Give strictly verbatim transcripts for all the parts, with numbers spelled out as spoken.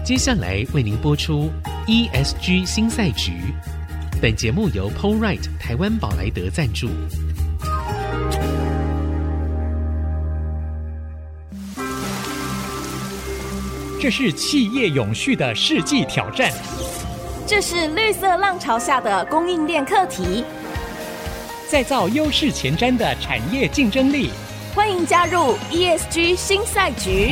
接下来为您播出 E S G 新赛局。本节目由 POLRIGHT 台湾宝莱德赞助。 这是企业永续的世纪挑战， 这是绿色浪潮下的供应链课题， 再造优势前瞻的产业竞争力。 欢迎加入 E S G 新赛局，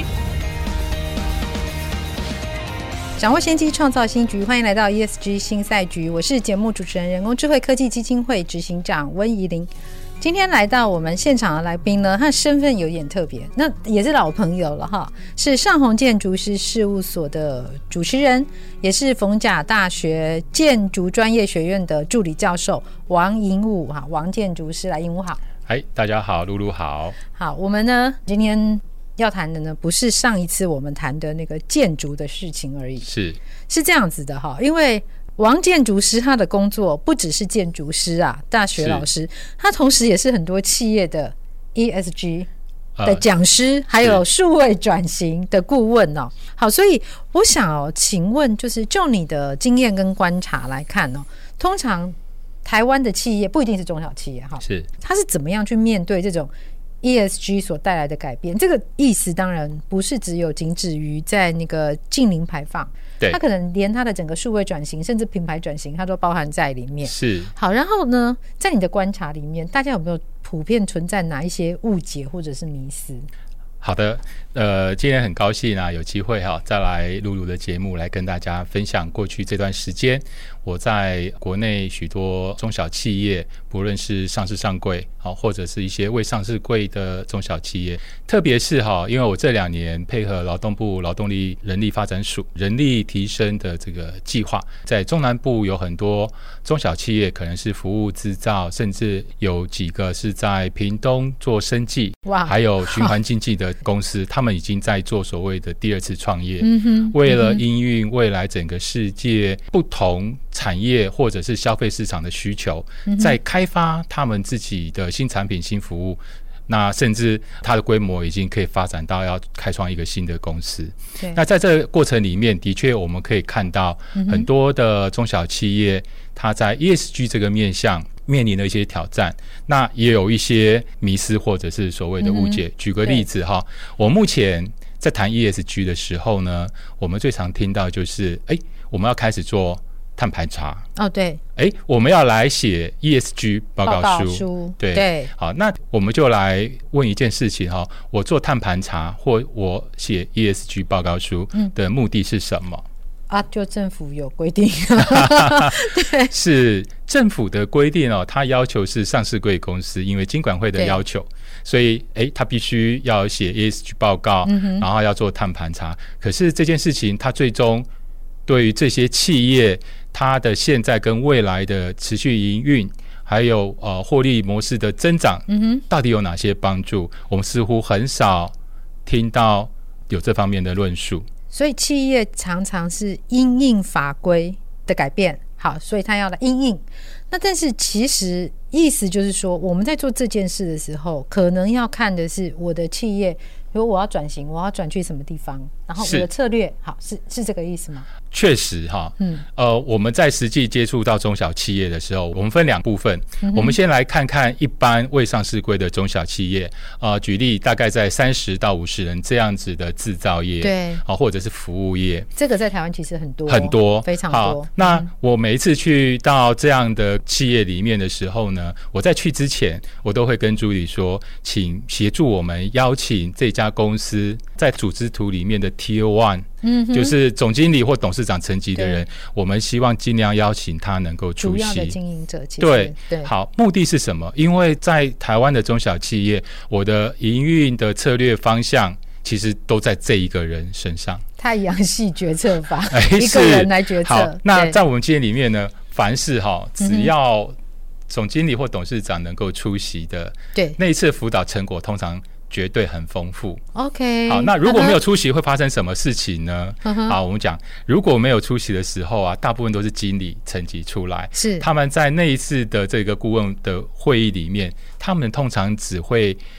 掌握先机，创造新局。欢迎来到 E S G 新赛局，我是节目主持人、人工智慧科技基金会执行长温怡玲。今天来到我们现场的来宾呢，他的身份有点特别，那也是老朋友了哈，是上宏建筑师事务所的主持人，也是逢甲大学建筑专业学院的助理教授王寅武哈，王建筑师。来，寅武好。 嗨，大家好，露露好。 好，我们呢今天要谈的呢，不是上一次我们谈的那个建筑的事情而已，是是这样子的哈，因为王建筑师他的工作不只是建筑师啊，大学老师，他同时也是很多企业的 E S G 的讲师，呃、还有数位转型的顾问哦。好，所以我想哦，请问就是就你的经验跟观察来看哦，通常台湾的企业不一定是中小企业哈，是他是怎么样去面对这种E S G 所带来的改变？这个意思当然不是只有仅止于在那个净零排放，它可能连它的整个数位转型甚至品牌转型它都包含在里面。是好，然后呢，在你的观察里面，大家有没有普遍存在哪一些误解或者是迷思？ 好的，呃，今天很高兴啊，有机会哈、啊，再来露露的节目来跟大家分享过去这段时间我在国内许多中小企业，不论是上市上柜好，或者是一些未上市柜的中小企业，特别是哈，因为我这两年配合劳动部劳动力人力发展署人力提升的这个计划，在中南部有很多中小企业，可能是服务制造，甚至有几个是在屏东做生技，还有循环经济的公司，他们已经在做所谓的第二次创业，嗯哼，为了因应未来整个世界不同产业或者是消费市场的需求，在开发他们自己的新产品新服务，那甚至它的规模已经可以发展到要开创一个新的公司。那在这个过程里面，的确我们可以看到很多的中小企业，它在 E S G 这个面向面临的一些挑战，那也有一些迷思或者是所谓的误解。嗯、举个例子哈，我目前在谈 E S G 的时候呢，我们最常听到就是，哎，我们要开始做碳盘查。哦，对。哎，我们要来写 E S G 报告书。报告书对对。好，那我们就来问一件事情哈，我做碳盘查或我写 E S G 报告书的目的是什么？嗯啊，就政府有规定对，是政府的规定哦，它要求是上市柜公司，因为金管会的要求，所以诶，它必须要写 E S G 报告、嗯、然后要做碳盘查。可是这件事情它最终对于这些企业它的现在跟未来的持续营运还有呃获利模式的增长、嗯、到底有哪些帮助，我们似乎很少听到有这方面的论述。 所以企业常常是因应法规的改变，好，所以他要来因应。那但是其实意思就是说，我们在做这件事的时候，可能要看的是我的企业，比如我要转型，我要转去什么地方，然后我的策略，好，是是这个意思吗？确实哈，嗯，呃，我们在实际接触到中小企业的时候，我们分两部分，嗯、我们先来看看一般未上市柜的中小企业，呃，举例大概在三十到五十人这样子的制造业，对，啊，或者是服务业，这个在台湾其实很多很多，非常多。好，那我每一次去到这样的企业里面的时候呢，我在去之前，我都会跟助理说，请协助我们邀请这家公司在组织图里面的 Tier One。嗯、就是总经理或董事长层级的人，我们希望尽量邀请他能够出席。主要的经营者其实，对对。好，目的是什么？因为在台湾的中小企业，我的营运的策略方向其实都在这一个人身上。太阳系决策法，欸、一个人来决策。好，那在我们经验里面呢，凡是哈，只要总经理或董事长能够出席的，对那一次辅导成果，通常绝对很丰富。 OK， 好，那如果没有出席会发生什么事情呢？ uh-huh. 好，我们讲如果没有出席的时候啊，大部分都是经理层级出来，是他们在那一次的这个顾问的会议里面，他们通常只会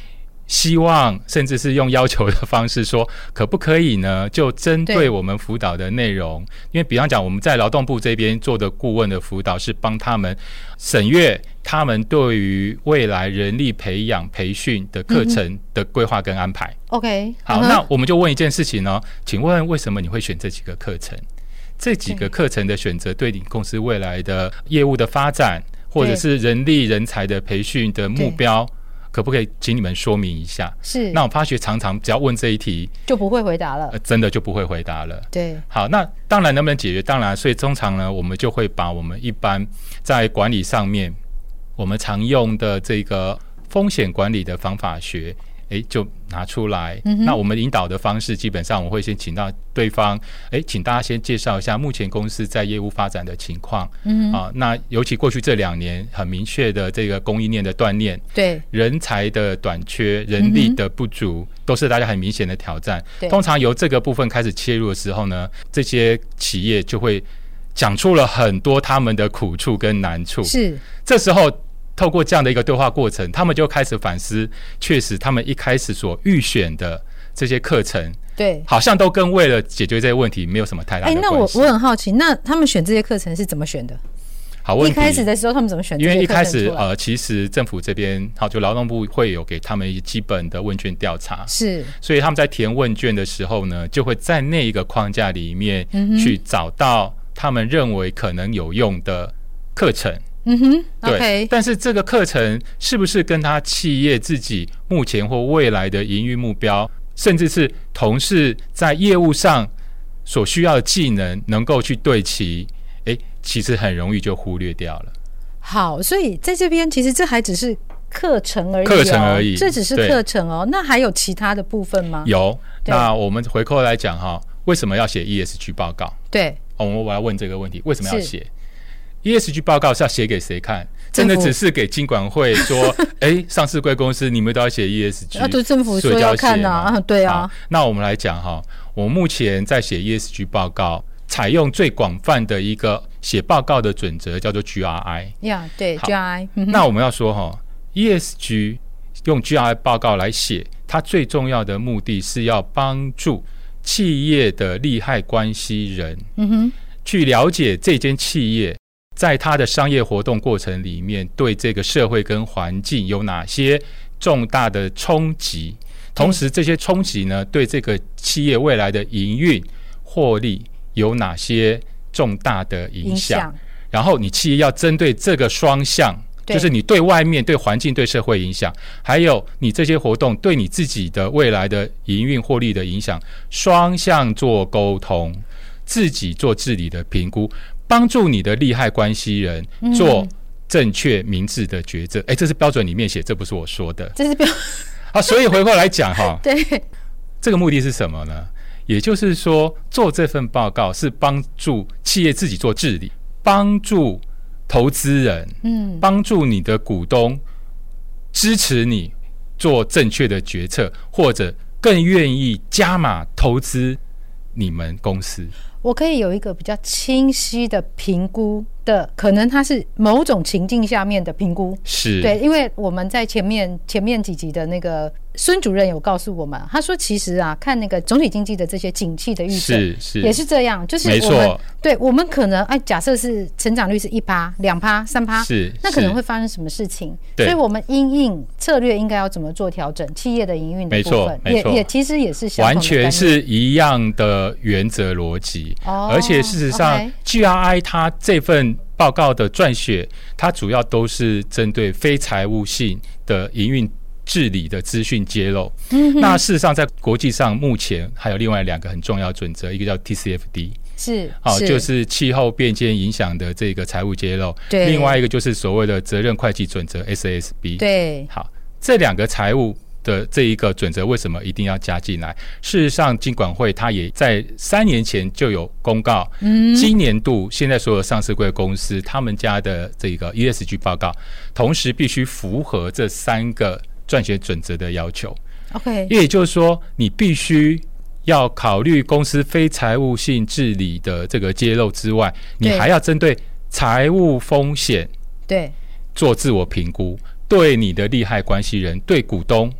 希望甚至是用要求的方式说，可不可以呢？就针对我们辅导的内容，因为比方讲我们在劳动部这边做的顾问的辅导是帮他们审阅他们对于未来人力培养培训的课程的规划跟安排。嗯、 OK， 好，嗯、那我们就问一件事情呢，请问为什么你会选这几个课程？这几个课程的选择对你公司未来的业务的发展，或者是人力人才的培训的目标，可不可以请你们说明一下？是，那我发觉常常只要问这一题就不会回答了、呃、真的就不会回答了。 对， 好，那当然能不能解决？当然，所以通常呢，我们就会把我们一般在管理上面我们常用的这个风险管理的方法学，哎，就拿出来、嗯。那我们引导的方式，基本上我会先请到对方，哎，请大家先介绍一下目前公司在业务发展的情况。嗯，啊，那尤其过去这两年很明确的这个供应链的断裂，对，人才的短缺、人力的不足，嗯、都是大家很明显的挑战。通常由这个部分开始切入的时候呢，这些企业就会讲出了很多他们的苦处跟难处。是，这时候透过这样的一个对话过程，他们就开始反思，确实他们一开始所预选的这些课程，对，好像都跟为了解决这些问题没有什么太大的关系。哎，那我我很好奇，那他们选这些课程是怎么选的？ 好问题。 一开始的时候他们怎么选这些课程？ 因为一开始呃，其实政府这边好，就劳动部会有给他们一些基本的问卷调查，是，所以他们在填问卷的时候呢，就会在那一个框架里面去找到他们认为可能有用的课程。嗯哼，对。Okay. 但是这个课程是不是跟他企业自己目前或未来的营运目标，甚至是同事在业务上所需要的技能能够去对齐？哎，其实很容易就忽略掉了。 好，所以在这边其实这还只是课程而已、哦， 课程而已， 这只是课程哦。那还有其他的部分吗？ 有。那我们回扣来讲哈，为什么要写 E S G 报告？对，哦，我要问这个问题，为什么要写？E S G 报告是要写给谁看？真的只是给金管会说，哎，上市贵公司你们都要写 E S G， 啊，对，政府说要看啊，对啊。那我们来讲哈，我目前在写 E S G 报告，采用最广泛的一个写报告的准则叫做 G R I。呀，对 ，G R I。那我们要说哈 ，E S G 用 G R I 报告来写，它最重要的目的是要帮助企业的利害关系人，嗯哼，去了解这间企业在它的商业活动过程里面，对这个社会跟环境有哪些重大的冲击？同时，这些冲击呢，对这个企业未来的营运、获利有哪些重大的影响？然后，你企业要针对这个双向，就是你对外面、对环境、对社会影响，还有你这些活动对你自己的未来的营运、获利的影响，双向做沟通，自己做治理的评估。帮助你的利害关系人做正确明智的抉择。哎、嗯，这是标准里面写，这不是我说的，这是标啊。所以回过来讲哈，对，这个目的是什么呢？也就是说，做这份报告是帮助企业自己做治理，帮助投资人，嗯，帮助你的股东支持你做正确的决策，或者更愿意加码投资你们公司。 我可以有一个比较清晰的评估的，可能它是某种情境下面的评估，是对，因为我们在前面前面几集的那个孙主任有告诉我们，他说其实啊，看那个总体经济的这些景气的预测，是是也是这样，就是我们对我们可能哎，假设是成长率是一趴、两趴、三趴，是那可能会发生什么事情？所以我们因应策略应该要怎么做调整？企业的营运的部分，也也其实也是相同的， 完全是一样的原则逻辑。哦，而且事实上 ，okay. G R I 它这份报告的撰写，它主要都是针对非财务性的营运治理的资讯揭露。嗯，那事实上，在国际上目前还有另外两个很重要准则，一个叫 T C F D， 是，好、哦，就是气候变迁影响的这个财务揭露。对，另外一个就是所谓的责任会计准则 S A S B。对，好，这两个财务的这一个准则为什么一定要加进来？事实上，金管会它也在三年前就有公告，嗯，今年度现在所有上市柜公司他们家的这个 E S G 报告，同时必须符合这三个撰写准则的要求。OK， 也就是说，你必须要考虑公司非财务性治理的这个揭露之外，你还要针对财务风险对做自我评估，对你的利害关系人、对股东、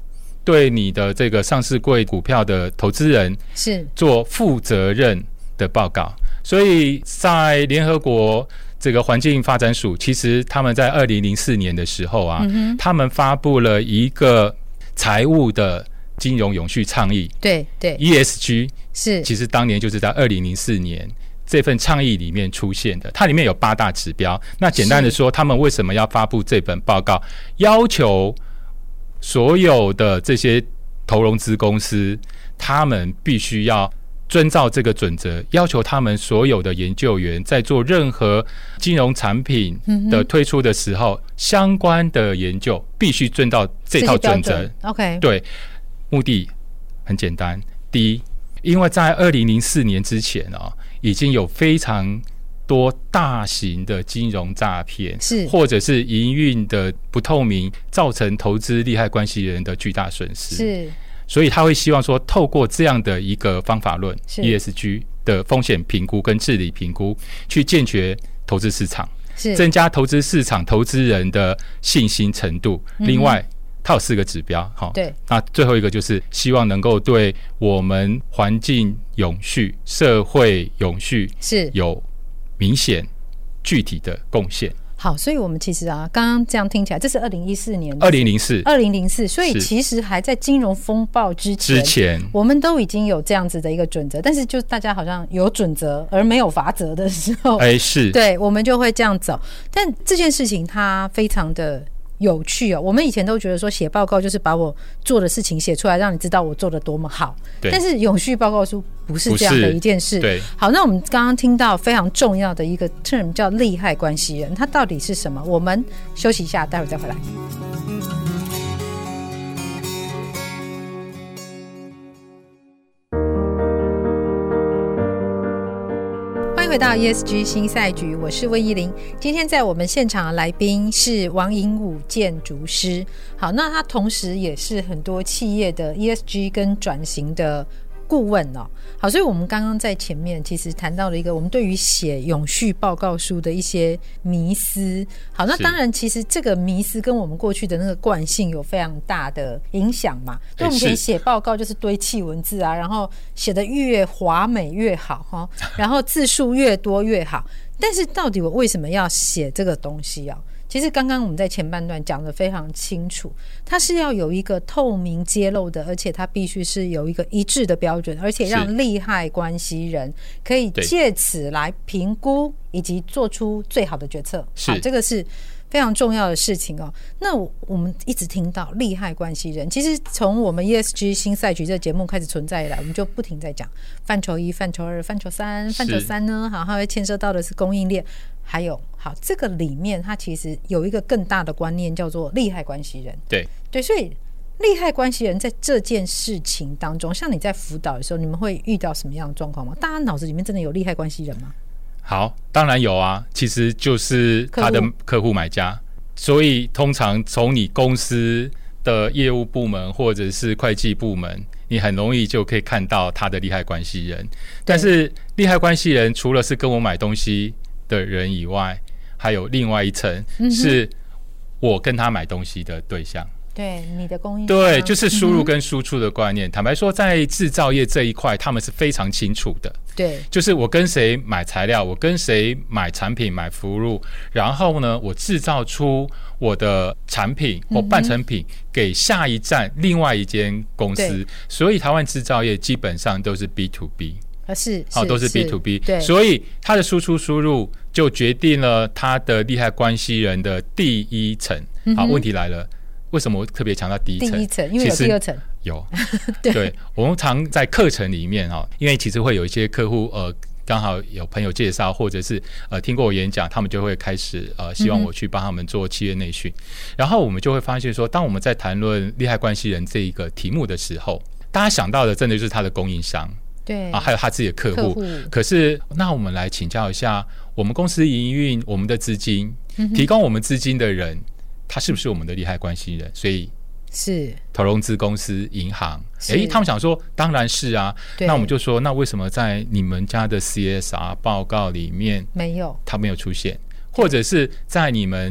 对你的这个上市柜股票的投资人是做负责任的报告。所以在联合国这个环境发展署，其实他们在二零零四年的时候啊、嗯，他们发布了一个财务的金融永续倡议， 对对 ，E S G 是， 其实当年就是在二零零四年这份倡议里面出现的。它里面有八大指标。那简单的说，他们为什么要发布这本报告？要求所有的这些投融资公司，他们必须要遵照这个准则，要求他们所有的研究员在做任何金融产品的推出的时候，嗯、相关的研究必须遵照这套准则。 OK， 对，目的很简单。第一，因为在二零零四年之前哦，已经有非常多大型的金融诈骗， 是或者是营运的不透明，造成投资利害关系人的巨大损失。 是。 所以他会希望说，透过这样的一个方法论 E S G 的风险评估跟治理评估，去健全投资市场，增加投资市场投资人的信心程度。嗯、另外，它有四个指标，好， 对， 那最后一个就是希望能够对我们环境永续、社会永续是有明显具体的贡献。 好，所以我们其实啊，刚刚这样听起来，这是二零一四年， 二零零四， 二零零四，所以其实还在金融风暴之前， 之前我们都已经有这样子的一个准则，但是就大家好像有准则而没有罚则的时候， 哎，是对，我们就会这样走。但这件事情它非常的有趣哦。我们以前都觉得说写报告就是把我做的事情写出来，让你知道我做的多么好。但是永续报告书不是这样的一件事。 对， 好，那我们刚刚听到非常重要的一个 term 叫利害关系人，它到底是什么？我们休息一下，待会儿再回来。欢迎回到 E S G 新赛局，我是温怡玲。今天在我们现场的来宾是王颖武建筑师。好，那他同时也是很多企业的 E S G 跟转型的顾问哦。好，所以我们刚刚在前面其实谈到了一个我们对于写永续报告书的一些迷思。好，那当然其实这个迷思跟我们过去的那个惯性有非常大的影响嘛。对，我们以前写报告就是堆砌文字啊，然后写得越华美越好哈，然后字数越多越好。但是到底我为什么要写这个东西啊？其实刚刚我们在前半段讲得非常清楚，它是要有一个透明揭露的，而且它必须是有一个一致的标准，而且让利害关系人可以借此来评估以及做出最好的决策。好，这个是非常重要的事情哦。那我们一直听到利害关系人，其实从我们 E S G 新赛局这个节目开始存在以来，我们就不停在讲范畴一、范畴二、范畴三。范畴三呢，好，它会牵涉到的是供应链，还有好，这个里面它其实有一个更大的观念叫做利害关系人。 对对，所以利害关系人在这件事情当中，像你在辅导的时候，你们会遇到什么样的状况吗？大家脑子里面真的有利害关系人吗？ 好，当然有啊，其实就是他的客户买家，所以通常从你公司的业务部门或者是会计部门，你很容易就可以看到他的利害关系人。但是利害关系人除了是跟我买东西的人以外，还有另外一层是我跟他买东西的对象。 对，你的供应商， 对，就是输入跟输出的观念。嗯、坦白说，在制造业这一块，他们是非常清楚的。 对， 就是我跟谁买材料，我跟谁买产品、买服务，然后呢，我制造出我的产品或半成品给下一站另外一间公司。所以，台湾制造业基本上都是 B to B。 啊，是， 好，都是 B to B， 对， 所以它的输出输入就决定了它的利害关系人的第一层。嗯、好，问题来了。为什么我特别强调第一层？ 第一层，因为有第二层。 有， 对， 对，我们常在课程里面哈，因为其实会有一些客户呃，刚好有朋友介绍，或者是呃听过我演讲，他们就会开始呃希望我去帮他们做企业内训，嗯、然后我们就会发现说，当我们在谈论利害关系人这一个题目的时候，大家想到的真的就是他的供应商。 对啊，还有他自己的客户。可是，那我们来请教一下，我们公司营运我们的资金，嗯、提供我们资金的人，他是不是我们的利害关系人？所以是投融资公司、银行，哎，他们想说，当然是啊。那我们就说，那为什么在你们家的 C S R 报告里面没有？ 它没有出现，或者是在你们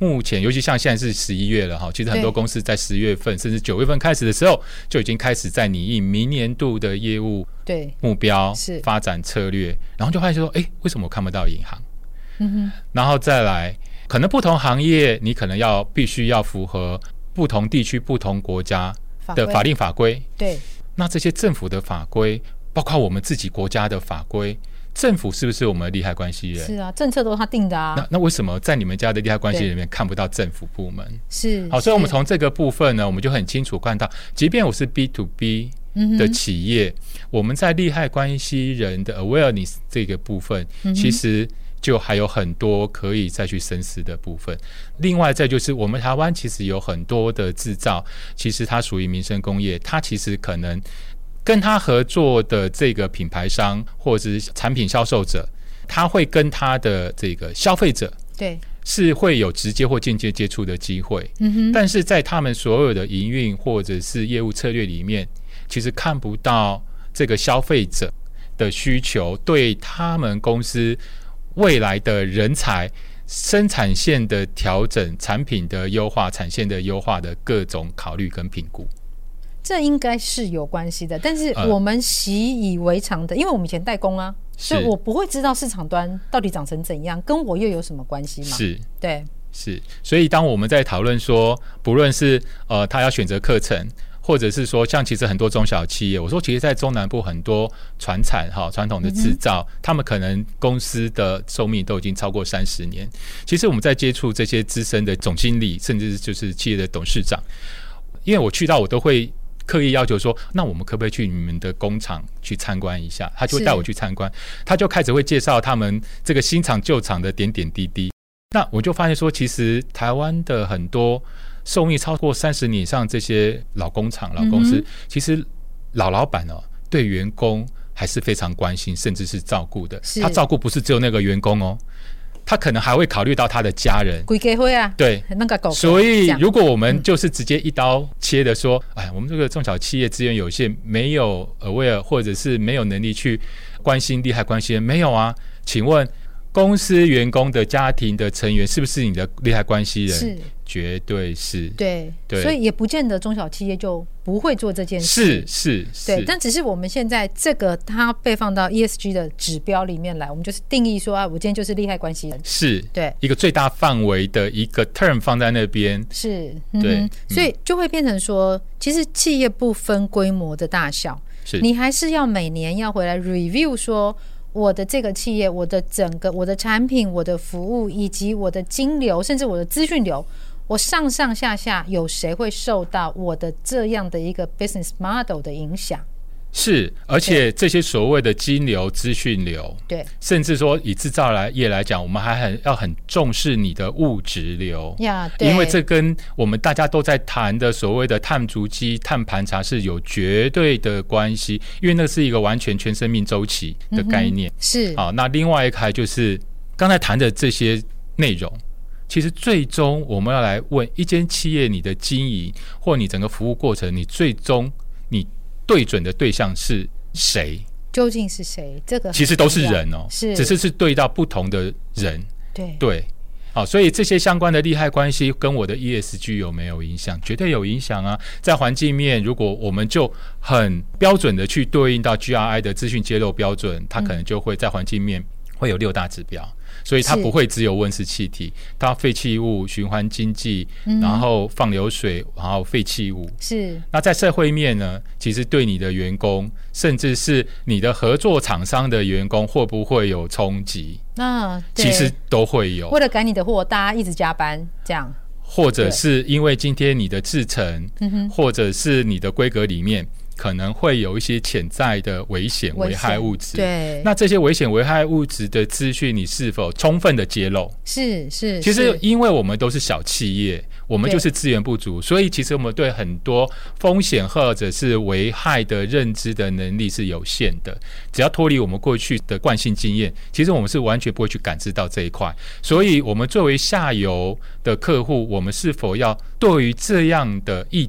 目前尤其像现在是十一月了哈，其实很多公司在十月份甚至九月份开始的时候，就已经开始在拟定明年度的业务目标、发展策略，然后就发现说，哎，为什么我看不到银行？嗯哼，然后再来，可能不同行业你可能要必须要符合不同地区、不同国家的法令法规。对，那这些政府的法规，包括我们自己国家的法规。政府是不是我们的利害关系人？ 是啊，政策都是他定的啊。 那那为什么在你们家的利害关系人里面看不到政府部门？ 是好，所以我们从这个部分呢，我们就很清楚看到，即便我是 B to B 的企业，嗯、我们在利害关系人的 awareness 这个部分，嗯、其实就还有很多可以再去深思的部分。另外，再就是我们台湾其实有很多的制造，其实它属于民生工业，它其实可能。跟他合作的这个品牌商或者是产品销售者，他会跟他的这个消费者对是会有直接或间接接触的机会，嗯哼，但是在他们所有的营运或者是业务策略里面，其实看不到这个消费者的需求对他们公司未来的人才生产线的调整、产品的优化、产线的优化的各种考虑跟评估。 这应该是有关系的，但是我们习以为常的，因为我们以前代工啊，所以我不会知道市场端到底长成怎样，跟我又有什么关系嘛？是，对， 是。所以当我们在讨论说，不论是呃他要选择课程，或者是说像其实很多中小企业，我说其实在中南部很多传产哈传统的制造，嗯、他们可能公司的寿命都已经超过三十年。其实我们在接触这些资深的总经理，甚至就是企业的董事长，因为我去到我都会。刻意要求说，那我们可不可以去你们的工厂去参观一下？他就会带我去参观，他就开始会介绍他们这个新厂旧厂的点点滴滴。那我就发现说，其实台湾的很多寿命超过三十年以上这些老工厂、老公司，嗯、其实老老板哦，对员工还是非常关心，甚至是照顾的。他照顾不是只有那个员工哦。他可能还会考虑到他的家人， 规家会啊， 对，那个狗。所以，如果我们就是直接一刀切的说，哎、嗯，我们这个中小企业资源有限，没有 aware 或者是没有能力去关心利害关系人，没有啊？请问公司员工的家庭的成员是不是你的利害关系人？是，绝对是。 对，对，所以也不见得中小企业就不会做这件事。是是是， 对，但只是我们现在这个它被放到 E S G 的指标里面来，我们就是定义说啊，我今天就是利害关系人， 是对一个最大范围的一个 term 放在那边， 是，嗯、对，所以就会变成说，其实企业不分规模的大小，是你还是要每年要回来 review 说。我的这个企业，我的整个我的产品、我的服务，以及我的金流，甚至我的资讯流，我上上下下有谁会受到我的这样的一个 business model 的影响？ 是，而且这些所谓的金流、资讯流，对，甚至说以制造业来讲，我们还很要很重视你的物质流呀，对，因为这跟我们大家都在谈的所谓的碳足迹、碳盘查是有绝对的关系，因为那是一个完全全生命周期的概念。嗯、是，好，那另外一个就是刚才谈的这些内容。其实最终我们要来问一间企业，你的经营或你整个服务过程，你最终你对准的对象是谁？ 究竟是谁？这个其实都是人哦，是，只是是对到不同的人。对对，好，所以这些相关的利害关系跟我的 E S G 有没有影响？绝对有影响啊！在环境面，如果我们就很标准的去对应到 G R I 的资讯揭露标准，它可能就会在环境面会有六大指标。所以它不会只有温室气体，它废弃物、循环经济，嗯、然后放流水，然后废弃物。是。那在社会面呢，其实对你的员工，甚至是你的合作厂商的员工，会不会有冲击？啊，其实都会有。 为了赶你的货，大家一直加班，这样。 或者是因为今天你的制程，或者是你的规格里面。可能会有一些潜在的危险危害物质，对，那这些危险危害物质的资讯，你是否充分的揭露？是是，其实因为我们都是小企业，我们就是资源不足，所以其实我们对很多风险或者是危害的认知的能力是有限的。只要脱离我们过去的惯性经验，其实我们是完全不会去感知到这一块。所以，我们作为下游的客户，我们是否要对于这样的议题？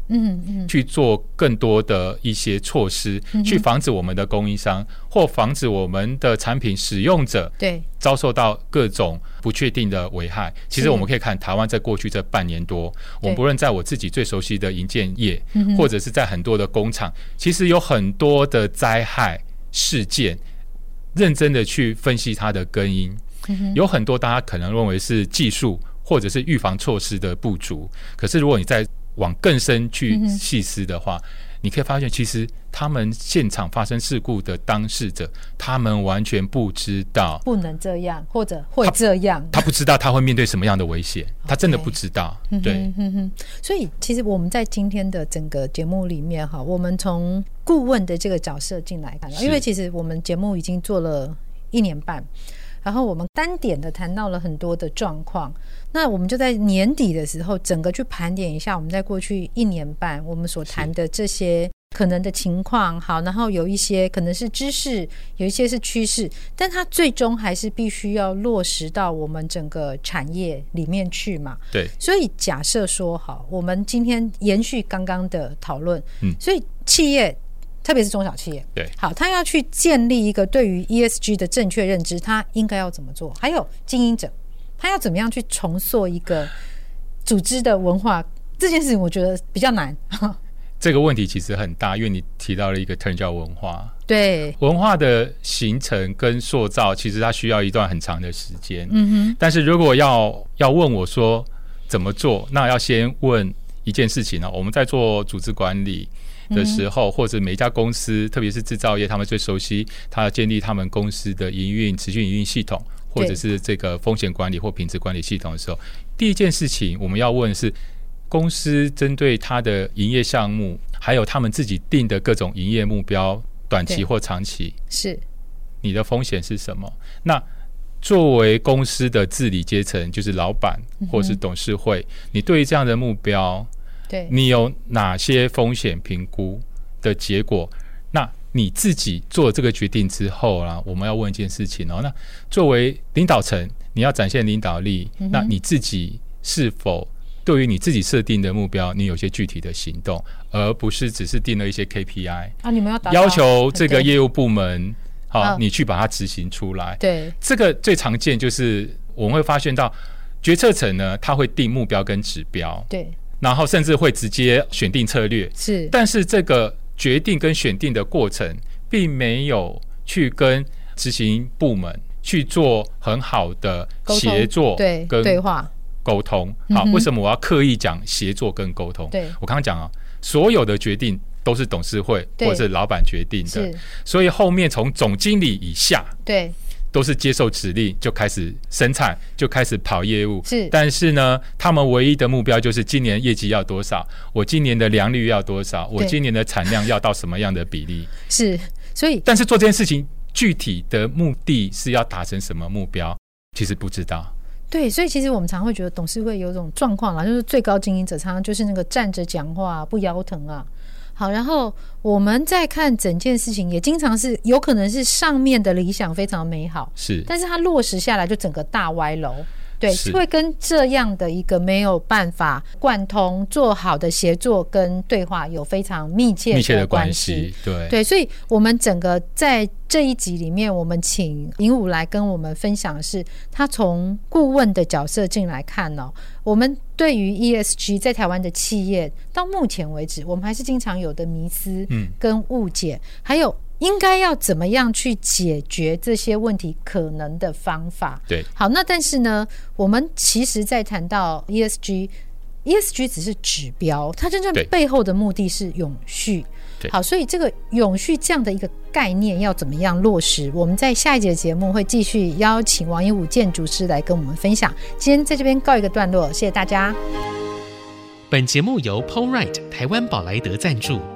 嗯嗯， 去做更多的一些措施，嗯、去防止我们的供应商或防止我们的产品使用者对遭受到各种不确定的危害。其实我们可以看台湾在过去这半年多，我们不论在我自己最熟悉的营建业，或者是在很多的工厂，其实有很多的灾害事件，认真的去分析它的根因，嗯、有很多大家可能认为是技术或者是预防措施的不足，可是如果你在往更深去细思的话、嗯、你可以发现其实他们现场发生事故的当事者，他们完全不知道不能这样或者会这样， 他, 他不知道他会面对什么样的危险他真的不知道、okay. 对、嗯哼哼，所以其实我们在今天的整个节目里面我们从顾问的这个角色进来看，因为其实我们节目已经做了一年半，然后我们单点的谈到了很多的状况，那我们就在年底的时候整个去盘点一下我们在过去一年半我们所谈的这些可能的情况，好，然后有一些可能是知识，有一些是趋势，但它最终还是必须要落实到我们整个产业里面去嘛。 对， 所以假设说好，我们今天延续刚刚的讨论，嗯，所以企业特别是中小企业， 对， 好，他要去建立一个对于 E S G 的正确认知，他应该要怎么做？还有经营者，他要怎么样去重塑一个组织的文化？这件事情我觉得比较难。 这个问题其实很大，因为你提到了一个 term 叫文化。 对， 文化的形成跟塑造，其实它需要一段很长的时间。嗯哼。但是如果要要问我说怎么做，那要先问一件事情呢、哦？我们在做组织管理的时候，或者每一家公司，特别是制造业，他们最熟悉他要建立他们公司的营运持续营运系统，或者是这个风险管理或品质管理系统的时候，第一件事情我们要问的是，公司针对它的营业项目，还有他们自己定的各种营业目标，短期或长期， 是你的风险是什么？那作为公司的治理阶层，就是老板或是董事会，嗯、你对于这样的目标， 对， 你有哪些风险评估的结果？那你自己做这个决定之后啦，我们要问一件事情哦。那作为领导层，你要展现领导力，嗯、那你自己是否对于你自己设定的目标，你有些具体的行动，而不是只是定了一些 K P I 啊？你们要达到要求这个业务部门，好，你去把它执行出来。 对， 这个最常见就是我们会发现到决策层呢，他会定目标跟指标， 对， 然后甚至会直接选定策略， 是， 但是这个决定跟选定的过程，并没有去跟执行部门去做很好的协作跟对话沟通。好，为什么我要刻意讲协作跟沟通？ 对， 我刚刚讲啊，所有的决定都是董事会或者是老板决定的，所以后面从总经理以下， 对， 都是接受指令就开始生产，就开始跑业务。 是， 但是呢，他们唯一的目标就是今年业绩要多少，我今年的良率要多少，我今年的产量要到什么样的比例。 是，所以， 但是做这件事情具体的目的是要达成什么目标，其实不知道。 对，所以其实我们常会觉得董事会有种状况啦，就是最高经营者常常就是那个站着讲话不腰疼啊。好，然后我们在看整件事情，也经常是有可能是上面的理想非常美好， 是， 但是它落实下来就整个大歪楼。对，会跟这样的一个没有办法贯通做好的协作跟对话有非常密切的关系。 对对，所以我们整个在这一集里面，我们请尹武来跟我们分享的是，他从顾问的角色进来看哦，我们对于 E S G 在台湾的企业到目前为止，我们还是经常有的迷思跟误解，嗯、还有应该要怎么样去解决这些问题可能的方法。 对， 好，那但是呢，我们其实在谈到 E S G， E S G 只是指标，它真正背后的目的是永续。好，所以这个永续这样的一个概念要怎么样落实，我们在下一节节目会继续邀请王尹武建筑师来跟我们分享。今天在这边告一个段落，谢谢大家。 本节目由 POLRIGHT 台湾宝莱德赞助，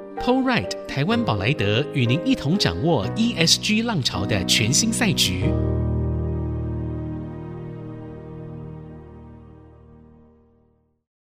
POLRIGHT 台湾宝莱德与您一同掌握 E S G 浪潮的全新赛局。